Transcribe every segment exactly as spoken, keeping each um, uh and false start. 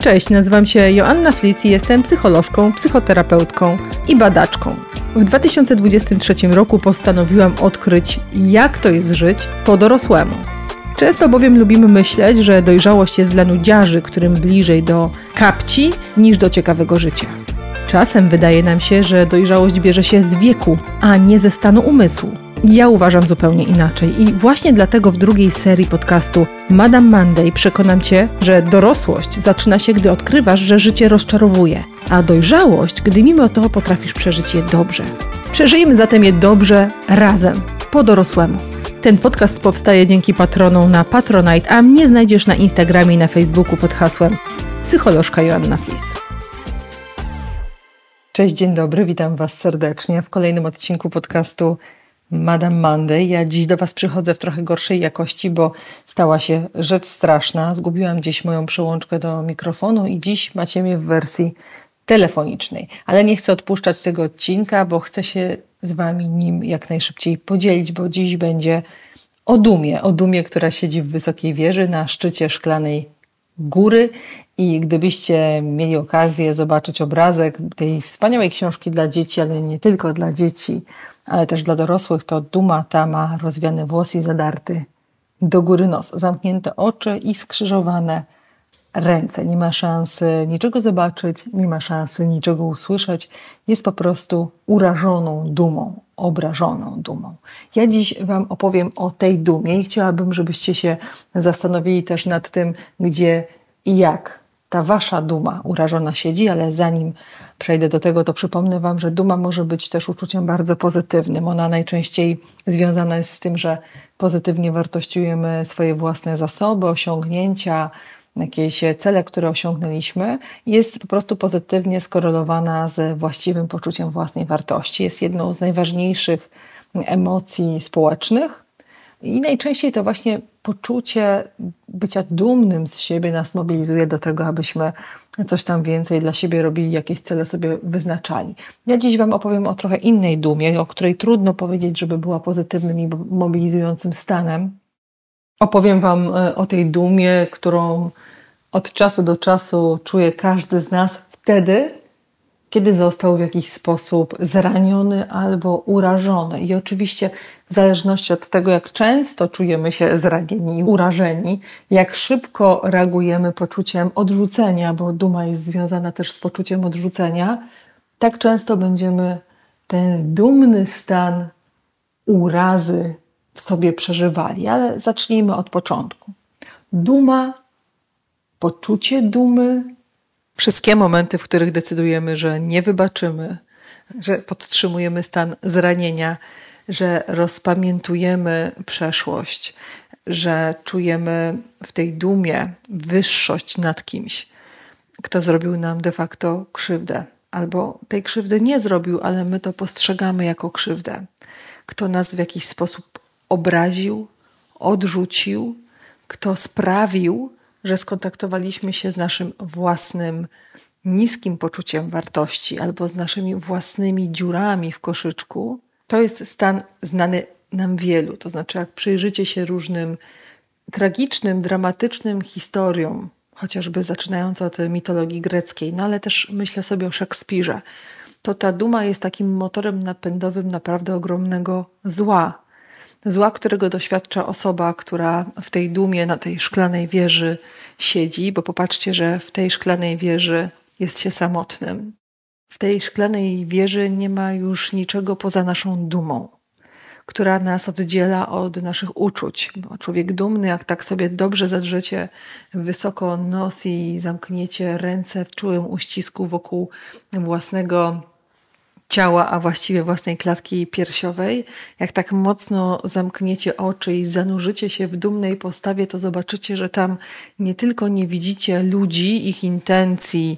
Cześć, nazywam się Joanna Flis i jestem psycholożką, psychoterapeutką i badaczką. W dwa tysiące dwudziestym trzecim roku postanowiłam odkryć, jak to jest żyć po dorosłemu. Często bowiem lubimy myśleć, że dojrzałość jest dla nudziarzy, którym bliżej do kapci niż do ciekawego życia. Czasem wydaje nam się, że dojrzałość bierze się z wieku, a nie ze stanu umysłu. Ja uważam zupełnie inaczej i właśnie dlatego w drugiej serii podcastu Madame Monday przekonam Cię, że dorosłość zaczyna się, gdy odkrywasz, że życie rozczarowuje, a dojrzałość, gdy mimo to potrafisz przeżyć je dobrze. Przeżyjmy zatem je dobrze razem, po dorosłemu. Ten podcast powstaje dzięki patronom na Patronite, a mnie znajdziesz na Instagramie i na Facebooku pod hasłem Psycholożka Joanna Flis. Cześć, dzień dobry, witam Was serdecznie w kolejnym odcinku podcastu Madame Monday. Ja dziś do Was przychodzę w trochę gorszej jakości, bo stała się rzecz straszna. Zgubiłam gdzieś moją przełączkę do mikrofonu i dziś macie mnie w wersji telefonicznej. Ale nie chcę odpuszczać tego odcinka, bo chcę się z Wami nim jak najszybciej podzielić, bo dziś będzie o dumie. O dumie, która siedzi w wysokiej wieży na szczycie szklanej góry. I gdybyście mieli okazję zobaczyć obrazek tej wspaniałej książki dla dzieci, ale nie tylko dla dzieci, ale też dla dorosłych, to duma ta ma rozwiany włos i zadarty do góry nos, zamknięte oczy i skrzyżowane ręce. Nie ma szansy niczego zobaczyć, nie ma szansy niczego usłyszeć. Jest po prostu urażoną dumą, obrażoną dumą. Ja dziś Wam opowiem o tej dumie i chciałabym, żebyście się zastanowili też nad tym, gdzie i jak ta Wasza duma urażona siedzi, ale zanim przejdę do tego, to przypomnę Wam, że duma może być też uczuciem bardzo pozytywnym. Ona najczęściej związana jest z tym, że pozytywnie wartościujemy swoje własne zasoby, osiągnięcia, jakieś cele, które osiągnęliśmy. Jest po prostu pozytywnie skorelowana z właściwym poczuciem własnej wartości. Jest jedną z najważniejszych emocji społecznych. I najczęściej to właśnie poczucie bycia dumnym z siebie nas mobilizuje do tego, abyśmy coś tam więcej dla siebie robili, jakieś cele sobie wyznaczali. Ja dziś Wam opowiem o trochę innej dumie, o której trudno powiedzieć, żeby była pozytywnym i mobilizującym stanem. Opowiem Wam o tej dumie, którą od czasu do czasu czuje każdy z nas wtedy, kiedy został w jakiś sposób zraniony albo urażony. I oczywiście w zależności od tego, jak często czujemy się zranieni i urażeni, jak szybko reagujemy poczuciem odrzucenia, bo duma jest związana też z poczuciem odrzucenia, tak często będziemy ten dumny stan urazy w sobie przeżywali. Ale zacznijmy od początku. Duma, poczucie dumy, wszystkie momenty, w których decydujemy, że nie wybaczymy, że podtrzymujemy stan zranienia, że rozpamiętujemy przeszłość, że czujemy w tej dumie wyższość nad kimś, kto zrobił nam de facto krzywdę, albo tej krzywdy nie zrobił, ale my to postrzegamy jako krzywdę, kto nas w jakiś sposób obraził, odrzucił, kto sprawił, że skontaktowaliśmy się z naszym własnym niskim poczuciem wartości albo z naszymi własnymi dziurami w koszyczku. To jest stan znany nam wielu. To znaczy, jak przyjrzycie się różnym tragicznym, dramatycznym historiom, chociażby zaczynając od mitologii greckiej, no ale też myślę sobie o Szekspirze, to ta duma jest takim motorem napędowym naprawdę ogromnego zła. Zła, którego doświadcza osoba, która w tej dumie, na tej szklanej wieży siedzi, bo popatrzcie, że w tej szklanej wieży jest się samotnym. W tej szklanej wieży nie ma już niczego poza naszą dumą, która nas oddziela od naszych uczuć. Bo człowiek dumny, jak tak sobie dobrze zadrzecie wysoko nos i zamkniecie ręce w czułym uścisku wokół własnego ciała, a właściwie własnej klatki piersiowej, jak tak mocno zamkniecie oczy i zanurzycie się w dumnej postawie, to zobaczycie, że tam nie tylko nie widzicie ludzi, ich intencji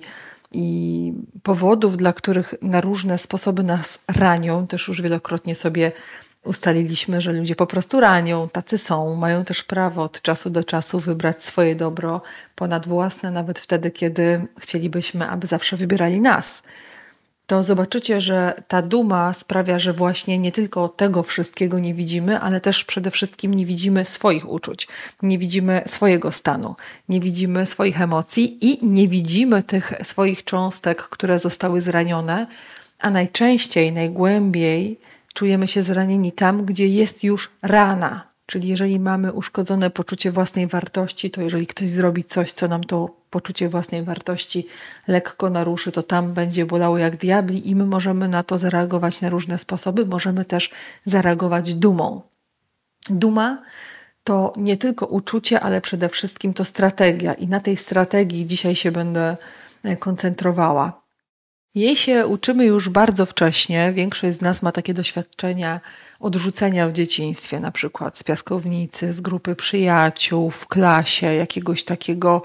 i powodów, dla których na różne sposoby nas ranią. Też już wielokrotnie sobie ustaliliśmy, że ludzie po prostu ranią, tacy są, mają też prawo od czasu do czasu wybrać swoje dobro ponad własne, nawet wtedy, kiedy chcielibyśmy, aby zawsze wybierali nas. to zobaczycie, że ta duma sprawia, że właśnie nie tylko tego wszystkiego nie widzimy, ale też przede wszystkim nie widzimy swoich uczuć, nie widzimy swojego stanu, nie widzimy swoich emocji i nie widzimy tych swoich cząstek, które zostały zranione, a najczęściej, najgłębiej czujemy się zranieni tam, gdzie jest już rana. Czyli jeżeli mamy uszkodzone poczucie własnej wartości, to jeżeli ktoś zrobi coś, co nam to poczucie własnej wartości lekko naruszy, to tam będzie bolało jak diabli i my możemy na to zareagować na różne sposoby. Możemy też zareagować dumą. Duma to nie tylko uczucie, ale przede wszystkim to strategia i na tej strategii dzisiaj się będę koncentrowała. Jej się uczymy już bardzo wcześnie. Większość z nas ma takie doświadczenia odrzucenia w dzieciństwie, na przykład z piaskownicy, z grupy przyjaciół, w klasie, jakiegoś takiego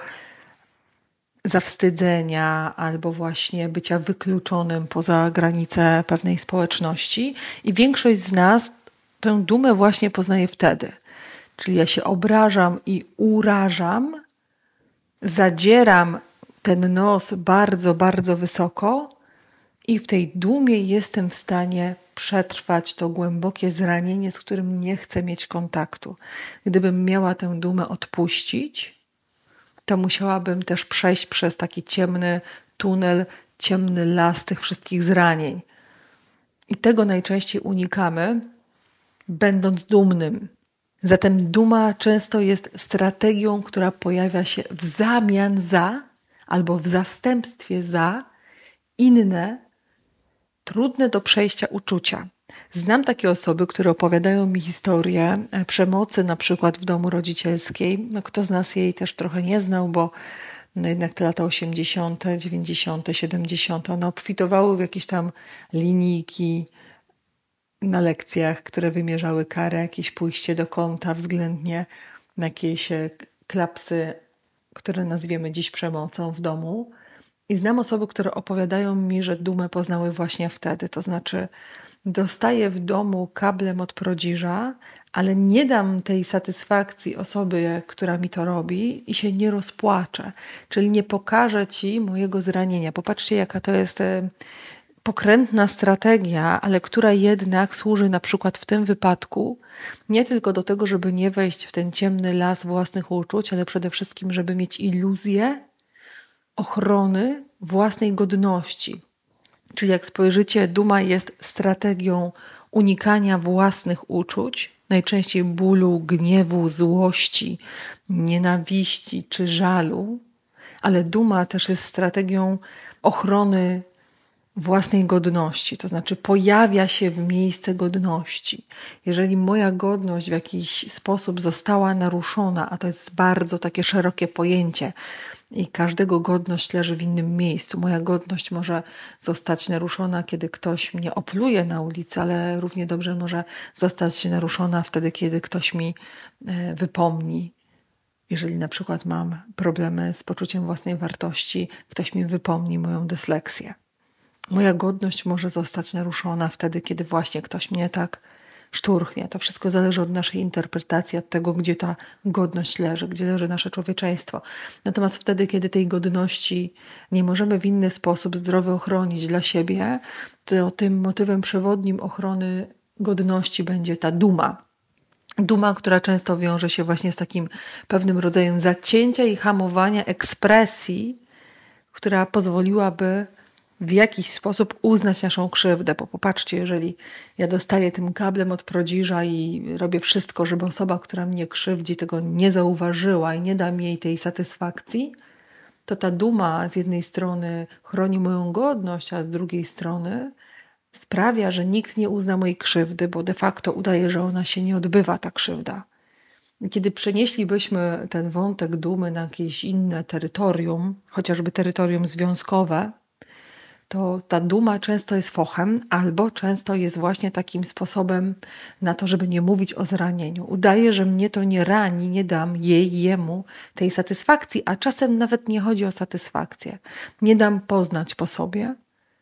zawstydzenia albo właśnie bycia wykluczonym poza granice pewnej społeczności. I większość z nas tę dumę właśnie poznaje wtedy. Czyli ja się obrażam i urażam, zadzieram ten nos bardzo, bardzo wysoko i w tej dumie jestem w stanie przetrwać to głębokie zranienie, z którym nie chcę mieć kontaktu. Gdybym miała tę dumę odpuścić, to musiałabym też przejść przez taki ciemny tunel, ciemny las tych wszystkich zranień. I tego najczęściej unikamy, będąc dumnym. Zatem duma często jest strategią, która pojawia się w zamian za albo w zastępstwie za inne, trudne do przejścia uczucia. Znam takie osoby, które opowiadają mi historię przemocy na przykład w domu rodzicielskiej. No, kto z nas jej też trochę nie znał, bo no jednak te lata osiemdziesiąte, dziewięćdziesiąte, siedemdziesiąte one obfitowały w jakieś tam linijki na lekcjach, które wymierzały karę, jakieś pójście do kąta względnie, jakieś klapsy, które nazwiemy dziś przemocą w domu. I znam osoby, które opowiadają mi, że dumę poznały właśnie wtedy. To znaczy dostaję w domu kablem od prodziża, ale nie dam tej satysfakcji osobie, która mi to robi i się nie rozpłaczę. Czyli nie pokażę ci mojego zranienia. Popatrzcie, jaka to jest pokrętna strategia, ale która jednak służy na przykład w tym wypadku nie tylko do tego, żeby nie wejść w ten ciemny las własnych uczuć, ale przede wszystkim, żeby mieć iluzję ochrony własnej godności. Czyli jak spojrzycie, duma jest strategią unikania własnych uczuć, najczęściej bólu, gniewu, złości, nienawiści czy żalu, ale duma też jest strategią ochrony własnej godności, to znaczy pojawia się w miejsce godności. Jeżeli moja godność w jakiś sposób została naruszona, a to jest bardzo takie szerokie pojęcie i każdego godność leży w innym miejscu. Moja godność może zostać naruszona, kiedy ktoś mnie opluje na ulicy, ale równie dobrze może zostać naruszona wtedy, kiedy ktoś mi wypomni. Jeżeli na przykład mam problemy z poczuciem własnej wartości, ktoś mi wypomni moją dysleksję. Moja godność może zostać naruszona wtedy, kiedy właśnie ktoś mnie tak szturchnie. To wszystko zależy od naszej interpretacji, od tego, gdzie ta godność leży, gdzie leży nasze człowieczeństwo. Natomiast wtedy, kiedy tej godności nie możemy w inny sposób zdrowy ochronić dla siebie, to tym motywem przewodnim ochrony godności będzie ta duma. Duma, która często wiąże się właśnie z takim pewnym rodzajem zacięcia i hamowania ekspresji, która pozwoliłaby w jakiś sposób uznać naszą krzywdę, bo popatrzcie, jeżeli ja dostaję tym kablem od prodziża i robię wszystko, żeby osoba, która mnie krzywdzi, tego nie zauważyła i nie da mi jej tej satysfakcji, to ta duma z jednej strony chroni moją godność, a z drugiej strony sprawia, że nikt nie uzna mojej krzywdy, bo de facto udaje, że ona się nie odbywa, ta krzywda. Kiedy przenieślibyśmy ten wątek dumy na jakieś inne terytorium, chociażby terytorium związkowe, to ta duma często jest fochem albo często jest właśnie takim sposobem na to, żeby nie mówić o zranieniu. Udaje, że mnie to nie rani, nie dam jej, jemu tej satysfakcji, a czasem nawet nie chodzi o satysfakcję. Nie dam poznać po sobie,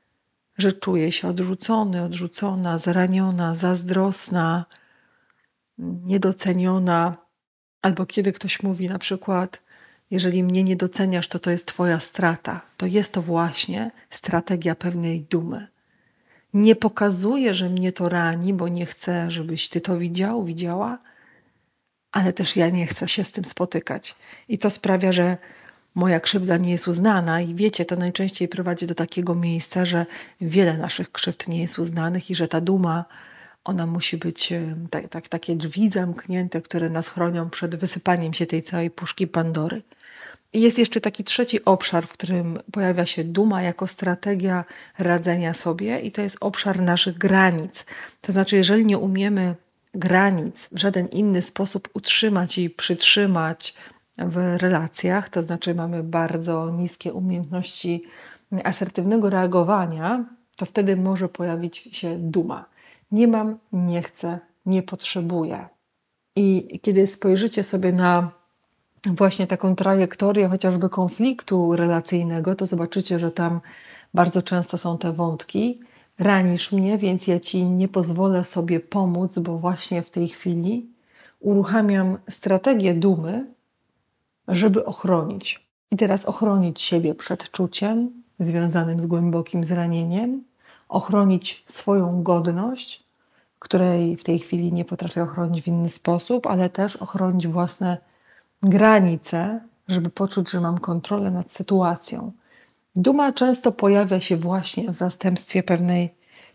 że czuję się odrzucony, odrzucona, zraniona, zazdrosna, niedoceniona. Albo kiedy ktoś mówi na przykład, Jeżeli mnie nie doceniasz, to to jest twoja strata. To jest to właśnie strategia pewnej dumy. Nie pokazuję, że mnie to rani, bo nie chcę, żebyś ty to widział, widziała, ale też ja nie chcę się z tym spotykać. I to sprawia, że moja krzywda nie jest uznana i wiecie, to najczęściej prowadzi do takiego miejsca, że wiele naszych krzywd nie jest uznanych i że ta duma, ona musi być tak, tak, takie drzwi zamknięte, które nas chronią przed wysypaniem się tej całej puszki Pandory. I jest jeszcze taki trzeci obszar, w którym pojawia się duma jako strategia radzenia sobie i to jest obszar naszych granic. To znaczy, jeżeli nie umiemy granic w żaden inny sposób utrzymać i przytrzymać w relacjach, to znaczy mamy bardzo niskie umiejętności asertywnego reagowania, to wtedy może pojawić się duma. Nie mam, nie chcę, nie potrzebuję. I kiedy spojrzycie sobie na właśnie taką trajektorię chociażby konfliktu relacyjnego, to zobaczycie, że tam bardzo często są te wątki. Ranisz mnie, więc ja ci nie pozwolę sobie pomóc, bo właśnie w tej chwili uruchamiam strategię dumy, żeby ochronić. I teraz ochronić siebie przed czuciem związanym z głębokim zranieniem, ochronić swoją godność, której w tej chwili nie potrafię ochronić w inny sposób, ale też ochronić własne granice, żeby poczuć, że mam kontrolę nad sytuacją. Duma często pojawia się właśnie w zastępstwie pewnej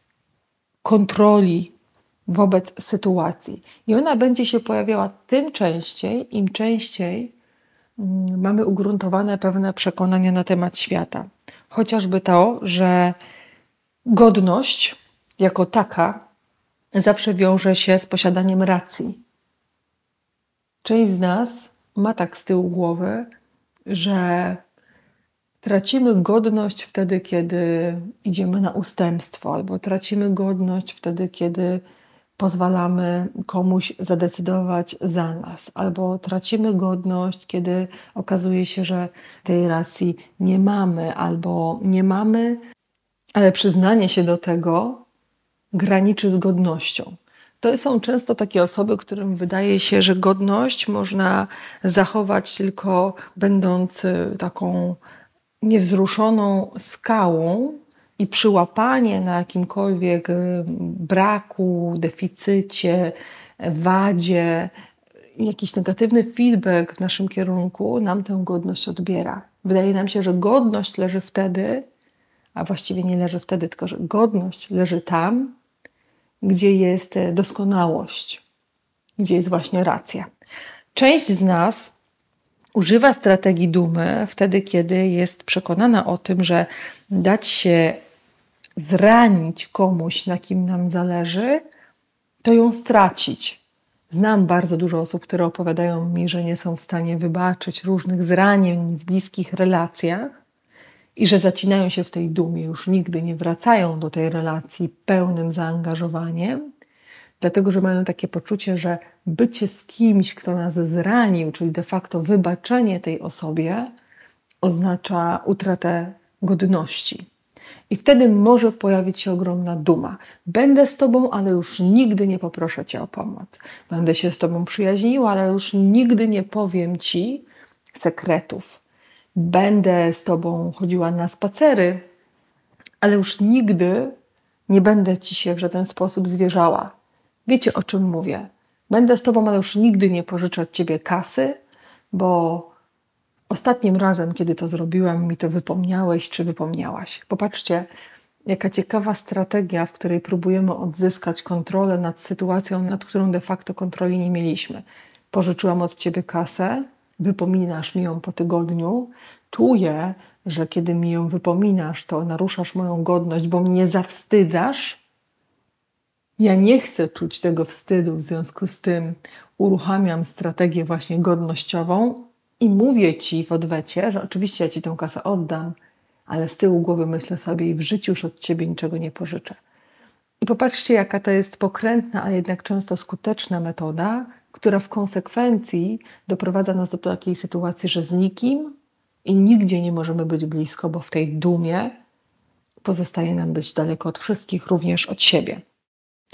kontroli wobec sytuacji. I ona będzie się pojawiała tym częściej, im częściej mm, mamy ugruntowane pewne przekonania na temat świata. Chociażby to, że godność jako taka zawsze wiąże się z posiadaniem racji. Część z nas ma tak z tyłu głowy, że tracimy godność wtedy, kiedy idziemy na ustępstwo, albo tracimy godność wtedy, kiedy pozwalamy komuś zadecydować za nas, albo tracimy godność, kiedy okazuje się, że tej racji nie mamy, albo nie mamy, ale przyznanie się do tego graniczy z godnością. To są często takie osoby, którym wydaje się, że godność można zachować tylko będąc taką niewzruszoną skałą i przyłapanie na jakimkolwiek braku, deficycie, wadzie, jakiś negatywny feedback w naszym kierunku nam tę godność odbiera. Wydaje nam się, że godność leży wtedy, a właściwie nie leży wtedy, tylko że godność leży tam, gdzie jest doskonałość, gdzie jest właśnie racja. Część z nas używa strategii dumy wtedy, kiedy jest przekonana o tym, że dać się zranić komuś, na kim nam zależy, to ją stracić. Znam bardzo dużo osób, które opowiadają mi, że nie są w stanie wybaczyć różnych zranień w bliskich relacjach i że zacinają się w tej dumie, już nigdy nie wracają do tej relacji pełnym zaangażowaniem, dlatego że mają takie poczucie, że bycie z kimś, kto nas zranił, czyli de facto wybaczenie tej osobie, oznacza utratę godności. I wtedy może pojawić się ogromna duma. Będę z tobą, ale już nigdy nie poproszę cię o pomoc. Będę się z tobą przyjaźniła, ale już nigdy nie powiem ci sekretów. Będę z tobą chodziła na spacery, ale już nigdy nie będę ci się w żaden sposób zwierzała. Wiecie, o czym mówię. Będę z tobą, ale już nigdy nie pożyczę od ciebie kasy, bo ostatnim razem, kiedy to zrobiłam, mi to wypomniałeś czy wypomniałaś. Popatrzcie, jaka ciekawa strategia, w której próbujemy odzyskać kontrolę nad sytuacją, nad którą de facto kontroli nie mieliśmy. Pożyczyłam od ciebie kasę, wypominasz mi ją po tygodniu, czuję, że kiedy mi ją wypominasz, to naruszasz moją godność, bo mnie zawstydzasz. Ja nie chcę czuć tego wstydu, w związku z tym uruchamiam strategię właśnie godnościową i mówię ci w odwecie, że oczywiście ja ci tę kasę oddam, ale z tyłu głowy myślę sobie i w życiu już od ciebie niczego nie pożyczę. I popatrzcie, jaka to jest pokrętna, a jednak często skuteczna metoda, która w konsekwencji doprowadza nas do takiej sytuacji, że z nikim i nigdzie nie możemy być blisko, bo w tej dumie pozostaje nam być daleko od wszystkich, również od siebie.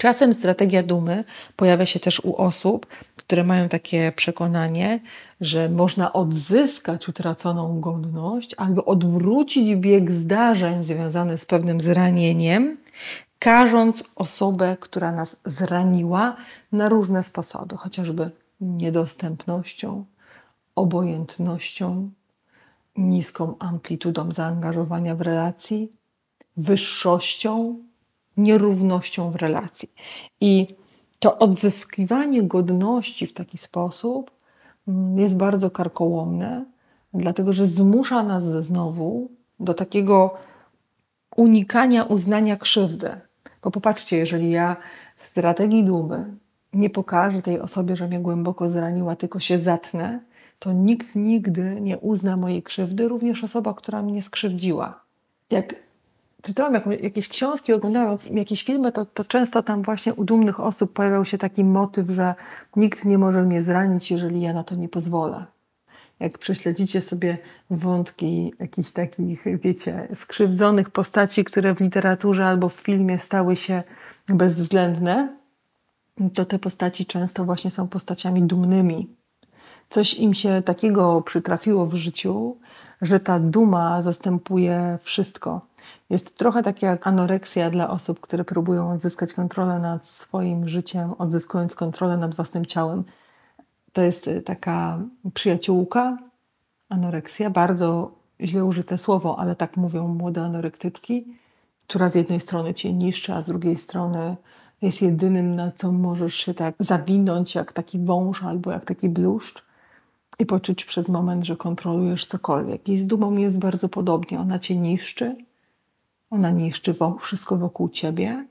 Czasem strategia dumy pojawia się też u osób, które mają takie przekonanie, że można odzyskać utraconą godność albo odwrócić bieg zdarzeń związany z pewnym zranieniem, karząc osobę, która nas zraniła na różne sposoby, chociażby niedostępnością, obojętnością, niską amplitudą zaangażowania w relacji, wyższością, nierównością w relacji. I to odzyskiwanie godności w taki sposób jest bardzo karkołomne, dlatego że zmusza nas znowu do takiego unikania uznania krzywdy. Bo popatrzcie, jeżeli ja w strategii dumy nie pokażę tej osobie, że mnie głęboko zraniła, tylko się zatnę, to nikt nigdy nie uzna mojej krzywdy, również osoba, która mnie skrzywdziła. Jak czytałam jakieś książki, oglądałam jakieś filmy, to, to często tam właśnie u dumnych osób pojawiał się taki motyw, że nikt nie może mnie zranić, jeżeli ja na to nie pozwolę. Jak prześledzicie sobie wątki jakichś takich, wiecie, skrzywdzonych postaci, które w literaturze albo w filmie stały się bezwzględne, to te postaci często właśnie są postaciami dumnymi. Coś im się takiego przytrafiło w życiu, że ta duma zastępuje wszystko. Jest trochę tak jak anoreksja dla osób, które próbują odzyskać kontrolę nad swoim życiem, odzyskując kontrolę nad własnym ciałem. To jest taka przyjaciółka, anoreksja, bardzo źle użyte słowo, ale tak mówią młode anorektyczki, która z jednej strony cię niszczy, a z drugiej strony jest jedynym, na co możesz się tak zawinąć, jak taki wąż albo jak taki bluszcz i poczuć przez moment, że kontrolujesz cokolwiek. I z dumą jest bardzo podobnie. Ona cię niszczy, ona niszczy wszystko wokół ciebie,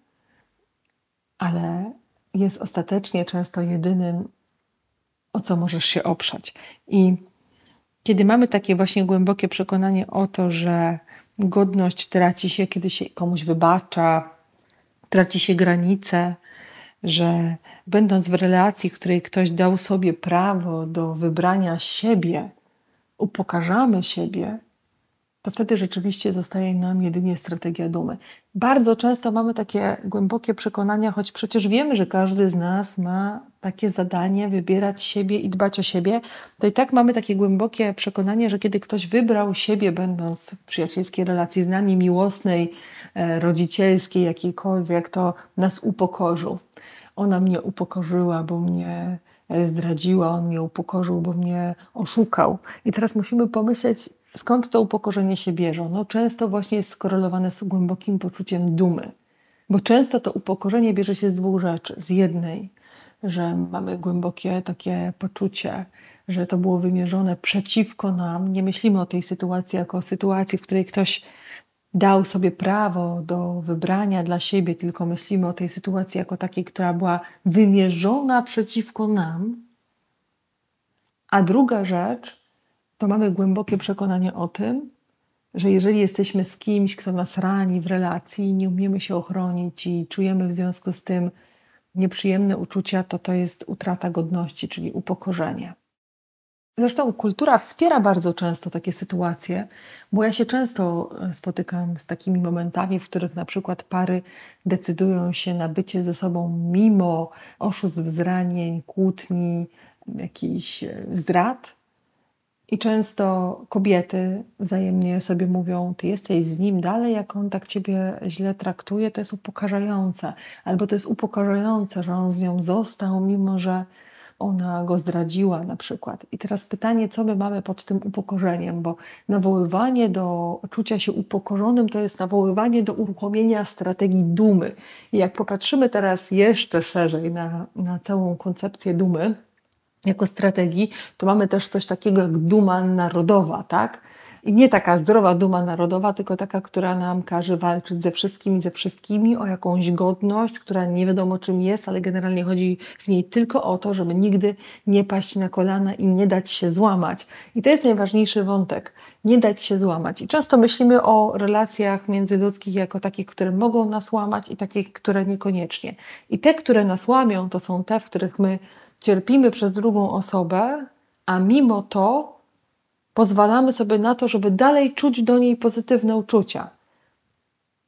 ale jest ostatecznie często jedynym, o co możesz się oprzeć. I kiedy mamy takie właśnie głębokie przekonanie o to, że godność traci się, kiedy się komuś wybacza, traci się granice, że będąc w relacji, w której ktoś dał sobie prawo do wybrania siebie, upokarzamy siebie, to wtedy rzeczywiście zostaje nam jedynie strategia dumy. Bardzo często mamy takie głębokie przekonania, choć przecież wiemy, że każdy z nas ma takie zadanie wybierać siebie i dbać o siebie, to i tak mamy takie głębokie przekonanie, że kiedy ktoś wybrał siebie, będąc w przyjacielskiej relacji z nami, miłosnej, rodzicielskiej, jakiejkolwiek, to nas upokorzył. Ona mnie upokorzyła, bo mnie zdradziła, on mnie upokorzył, bo mnie oszukał. I teraz musimy pomyśleć, skąd to upokorzenie się bierze? No często właśnie jest skorelowane z głębokim poczuciem dumy. Bo często to upokorzenie bierze się z dwóch rzeczy. Z jednej, że mamy głębokie takie poczucie, że to było wymierzone przeciwko nam. Nie myślimy o tej sytuacji jako o sytuacji, w której ktoś dał sobie prawo do wybrania dla siebie, tylko myślimy o tej sytuacji jako takiej, która była wymierzona przeciwko nam. A druga rzecz, to mamy głębokie przekonanie o tym, że jeżeli jesteśmy z kimś, kto nas rani w relacji, nie umiemy się ochronić i czujemy w związku z tym nieprzyjemne uczucia, to to jest utrata godności, czyli upokorzenie. Zresztą kultura wspiera bardzo często takie sytuacje, bo ja się często spotykam z takimi momentami, w których na przykład pary decydują się na bycie ze sobą mimo oszustw, zranień, kłótni, jakichś zdrad. I często kobiety wzajemnie sobie mówią, ty jesteś z nim dalej, jak on tak ciebie źle traktuje, to jest upokarzające. Albo to jest upokarzające, że on z nią został, mimo że ona go zdradziła na przykład. I teraz pytanie, co my mamy pod tym upokorzeniem, bo nawoływanie do czucia się upokorzonym to jest nawoływanie do uruchomienia strategii dumy. I jak popatrzymy teraz jeszcze szerzej na, na całą koncepcję dumy, jako strategii, to mamy też coś takiego jak duma narodowa, tak? I nie taka zdrowa duma narodowa, tylko taka, która nam każe walczyć ze wszystkim i ze wszystkimi o jakąś godność, która nie wiadomo czym jest, ale generalnie chodzi w niej tylko o to, żeby nigdy nie paść na kolana i nie dać się złamać. I to jest najważniejszy wątek. Nie dać się złamać. I często myślimy o relacjach międzyludzkich jako takich, które mogą nas łamać i takich, które niekoniecznie. I te, które nas łamią, to są te, w których my cierpimy przez drugą osobę, a mimo to pozwalamy sobie na to, żeby dalej czuć do niej pozytywne uczucia.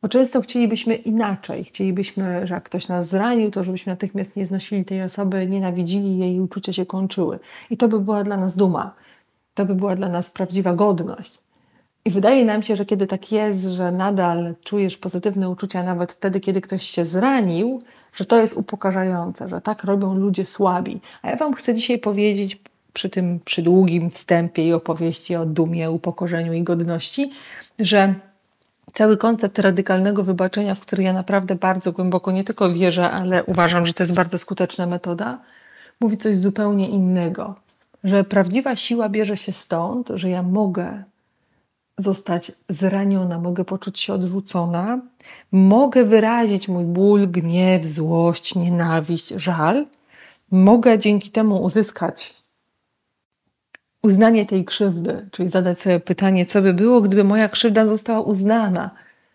Bo często chcielibyśmy inaczej. Chcielibyśmy, że jak ktoś nas zranił, to żebyśmy natychmiast nie znosili tej osoby, nienawidzili jej i uczucia się kończyły. I to by była dla nas duma. To by była dla nas prawdziwa godność. I wydaje nam się, że kiedy tak jest, że nadal czujesz pozytywne uczucia nawet wtedy, kiedy ktoś się zranił, że to jest upokarzające, że tak robią ludzie słabi. A ja Wam chcę dzisiaj powiedzieć przy tym przydługim wstępie i opowieści o dumie, upokorzeniu i godności, że cały koncept radykalnego wybaczenia, w który ja naprawdę bardzo głęboko nie tylko wierzę, ale uważam, że to jest bardzo skuteczna metoda, mówi coś zupełnie innego. Że prawdziwa siła bierze się stąd, że ja mogę zostać zraniona, mogę poczuć się odrzucona, mogę wyrazić mój ból, gniew, złość, nienawiść, żal. Mogę dzięki temu uzyskać uznanie tej krzywdy, czyli zadać sobie pytanie, co by było, gdyby moja krzywda została uznana.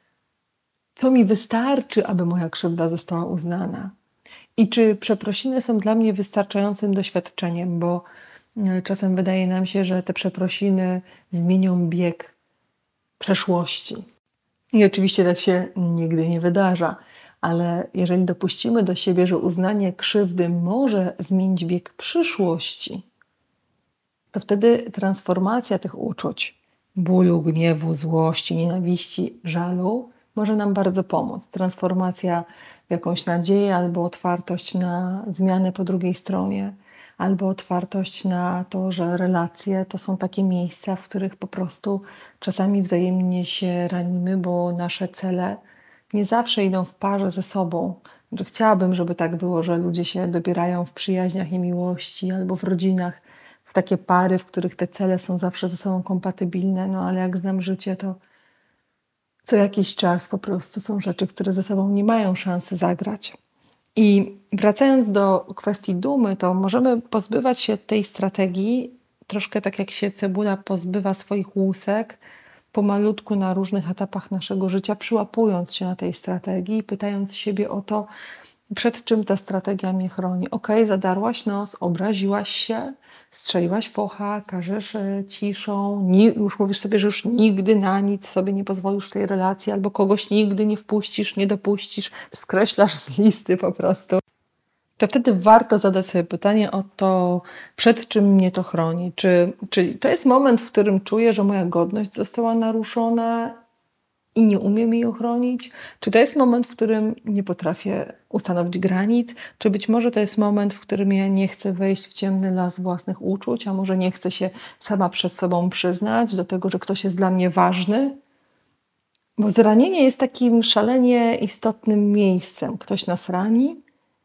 Co mi wystarczy, aby moja krzywda została uznana? I czy przeprosiny są dla mnie wystarczającym doświadczeniem, bo czasem wydaje nam się, że te przeprosiny zmienią bieg przeszłości. I oczywiście tak się nigdy nie wydarza, ale jeżeli dopuścimy do siebie, że uznanie krzywdy może zmienić bieg przyszłości, to wtedy transformacja tych uczuć, bólu, gniewu, złości, nienawiści, żalu, może nam bardzo pomóc. Transformacja w jakąś nadzieję albo otwartość na zmianę po drugiej stronie, albo otwartość na to, że relacje to są takie miejsca, w których po prostu czasami wzajemnie się ranimy, bo nasze cele nie zawsze idą w parze ze sobą. Że chciałabym, żeby tak było, że ludzie się dobierają w przyjaźniach i miłości albo w rodzinach, w takie pary, w których te cele są zawsze ze sobą kompatybilne, no ale jak znam życie, to co jakiś czas po prostu są rzeczy, które ze sobą nie mają szansy zagrać. I wracając do kwestii dumy, to możemy pozbywać się tej strategii troszkę tak jak się cebula pozbywa swoich łusek, pomalutku na różnych etapach naszego życia, przyłapując się na tej strategii, pytając siebie o to, przed czym ta strategia mnie chroni. Okej, zadarłaś nos, obraziłaś się, strzeliłaś focha, każesz ciszą, ni- już mówisz sobie, że już nigdy na nic sobie nie pozwolisz w tej relacji, albo kogoś nigdy nie wpuścisz, nie dopuścisz, skreślasz z listy po prostu. To wtedy warto zadać sobie pytanie o to, przed czym mnie to chroni. Czy, czy to jest moment, w którym czuję, że moja godność została naruszona i nie umiem jej ochronić? Czy to jest moment, w którym nie potrafię ustanowić granic? Czy być może to jest moment, w którym ja nie chcę wejść w ciemny las własnych uczuć, a może nie chcę się sama przed sobą przyznać do tego, że ktoś jest dla mnie ważny? Bo zranienie jest takim szalenie istotnym miejscem. Ktoś nas rani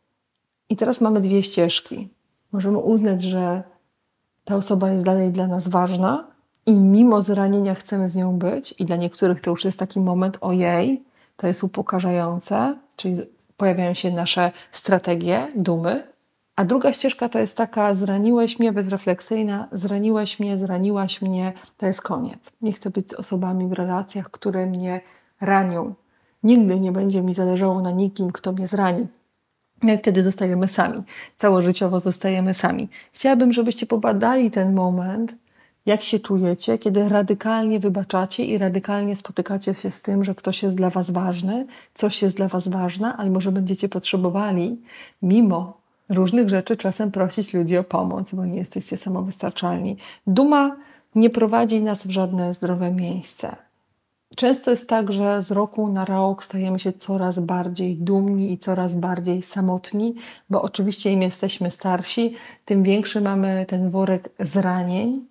i teraz mamy dwie ścieżki. Możemy uznać, że ta osoba jest dalej dla nas ważna i mimo zranienia chcemy z nią być i dla niektórych to już jest taki moment, ojej, to jest upokarzające, czyli pojawiają się nasze strategie dumy, a druga ścieżka to jest taka, zraniłeś mnie, bezrefleksyjna, zraniłeś mnie, zraniłaś mnie, to jest koniec. Nie chcę być z osobami w relacjach, które mnie ranią. Nigdy nie będzie mi zależało na nikim, kto mnie zrani. No i wtedy zostajemy sami. Całożyciowo zostajemy sami. Chciałabym, żebyście pobadali ten moment, jak się czujecie, kiedy radykalnie wybaczacie i radykalnie spotykacie się z tym, że ktoś jest dla was ważny, coś jest dla was ważne, albo że będziecie potrzebowali, mimo różnych rzeczy, czasem prosić ludzi o pomoc, bo nie jesteście samowystarczalni. Duma nie prowadzi nas w żadne zdrowe miejsce. Często jest tak, że z roku na rok stajemy się coraz bardziej dumni i coraz bardziej samotni, bo oczywiście im jesteśmy starsi, tym większy mamy ten worek zranień,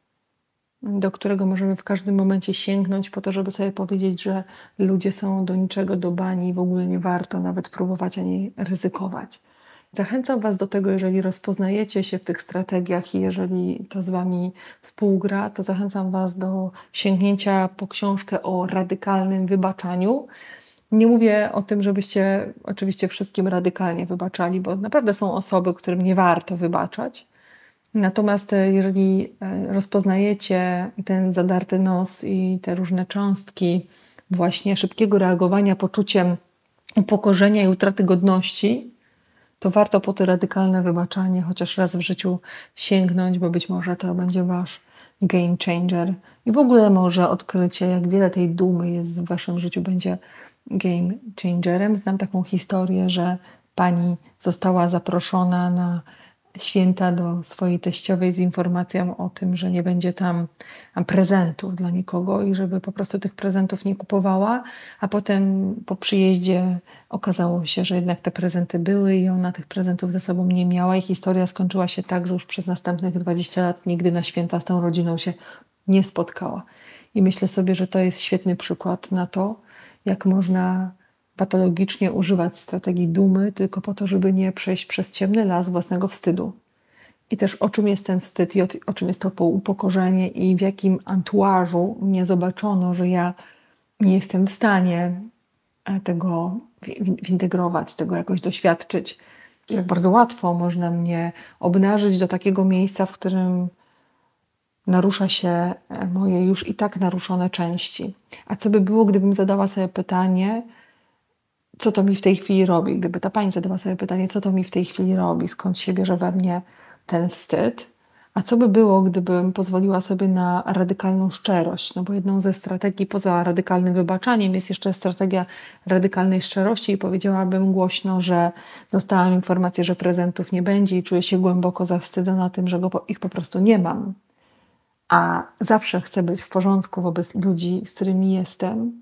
do którego możemy w każdym momencie sięgnąć po to, żeby sobie powiedzieć, że ludzie są do niczego dobani i w ogóle nie warto nawet próbować ani ryzykować. Zachęcam was do tego, jeżeli rozpoznajecie się w tych strategiach i jeżeli to z wami współgra, to zachęcam was do sięgnięcia po książkę o radykalnym wybaczaniu. Nie mówię o tym, żebyście oczywiście wszystkim radykalnie wybaczali, bo naprawdę są osoby, którym nie warto wybaczać. Natomiast jeżeli rozpoznajecie ten zadarty nos i te różne cząstki właśnie szybkiego reagowania poczuciem upokorzenia i utraty godności, to warto po to radykalne wybaczanie chociaż raz w życiu sięgnąć, bo być może to będzie wasz game changer. I w ogóle może odkrycie, jak wiele tej dumy jest w waszym życiu, będzie game changerem. Znam taką historię, że pani została zaproszona na święta do swojej teściowej z informacją o tym, że nie będzie tam prezentów dla nikogo i żeby po prostu tych prezentów nie kupowała, a potem po przyjeździe okazało się, że jednak te prezenty były i ona tych prezentów ze sobą nie miała i historia skończyła się tak, że już przez następnych dwadzieścia lat nigdy na święta z tą rodziną się nie spotkała. I myślę sobie, że to jest świetny przykład na to, jak można patologicznie używać strategii dumy tylko po to, żeby nie przejść przez ciemny las własnego wstydu. I też o czym jest ten wstyd i o, o czym jest to upokorzenie i w jakim antuażu mnie zobaczono, że ja nie jestem w stanie tego wintegrować, tego jakoś doświadczyć. Jak bardzo łatwo można mnie obnażyć do takiego miejsca, w którym narusza się moje już i tak naruszone części. A co by było, gdybym zadała sobie pytanie, co to mi w tej chwili robi? Gdyby ta pani zadała sobie pytanie, co to mi w tej chwili robi? Skąd się bierze we mnie ten wstyd? A co by było, gdybym pozwoliła sobie na radykalną szczerość? No bo jedną ze strategii poza radykalnym wybaczaniem jest jeszcze strategia radykalnej szczerości i powiedziałabym głośno, że dostałam informację, że prezentów nie będzie i czuję się głęboko zawstydzona tym, że go, ich po prostu nie mam. A zawsze chcę być w porządku wobec ludzi, z którymi jestem.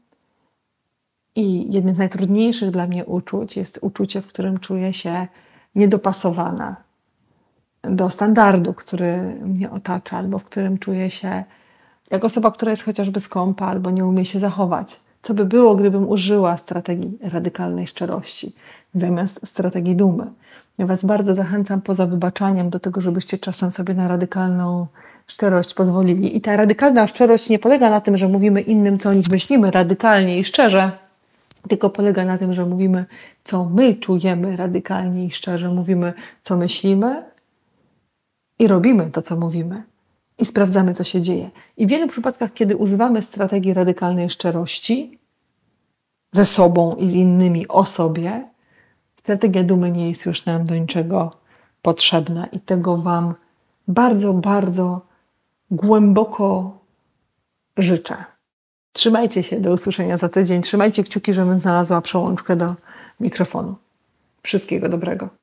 I jednym z najtrudniejszych dla mnie uczuć jest uczucie, w którym czuję się niedopasowana do standardu, który mnie otacza, albo w którym czuję się jak osoba, która jest chociażby skąpa, albo nie umie się zachować. Co by było, gdybym użyła strategii radykalnej szczerości zamiast strategii dumy? Ja Was bardzo zachęcam poza wybaczaniem do tego, żebyście czasem sobie na radykalną szczerość pozwolili. I ta radykalna szczerość nie polega na tym, że mówimy innym, co o nich myślimy radykalnie i szczerze, tylko polega na tym, że mówimy, co my czujemy radykalnie i szczerze. Mówimy, co myślimy i robimy to, co mówimy. I sprawdzamy, co się dzieje. I w wielu przypadkach, kiedy używamy strategii radykalnej szczerości ze sobą i z innymi o sobie, strategia dumy nie jest już nam do niczego potrzebna. I tego Wam bardzo, bardzo głęboko życzę. Trzymajcie się, do usłyszenia za tydzień. Trzymajcie kciuki, żebym znalazła przełączkę do mikrofonu. Wszystkiego dobrego.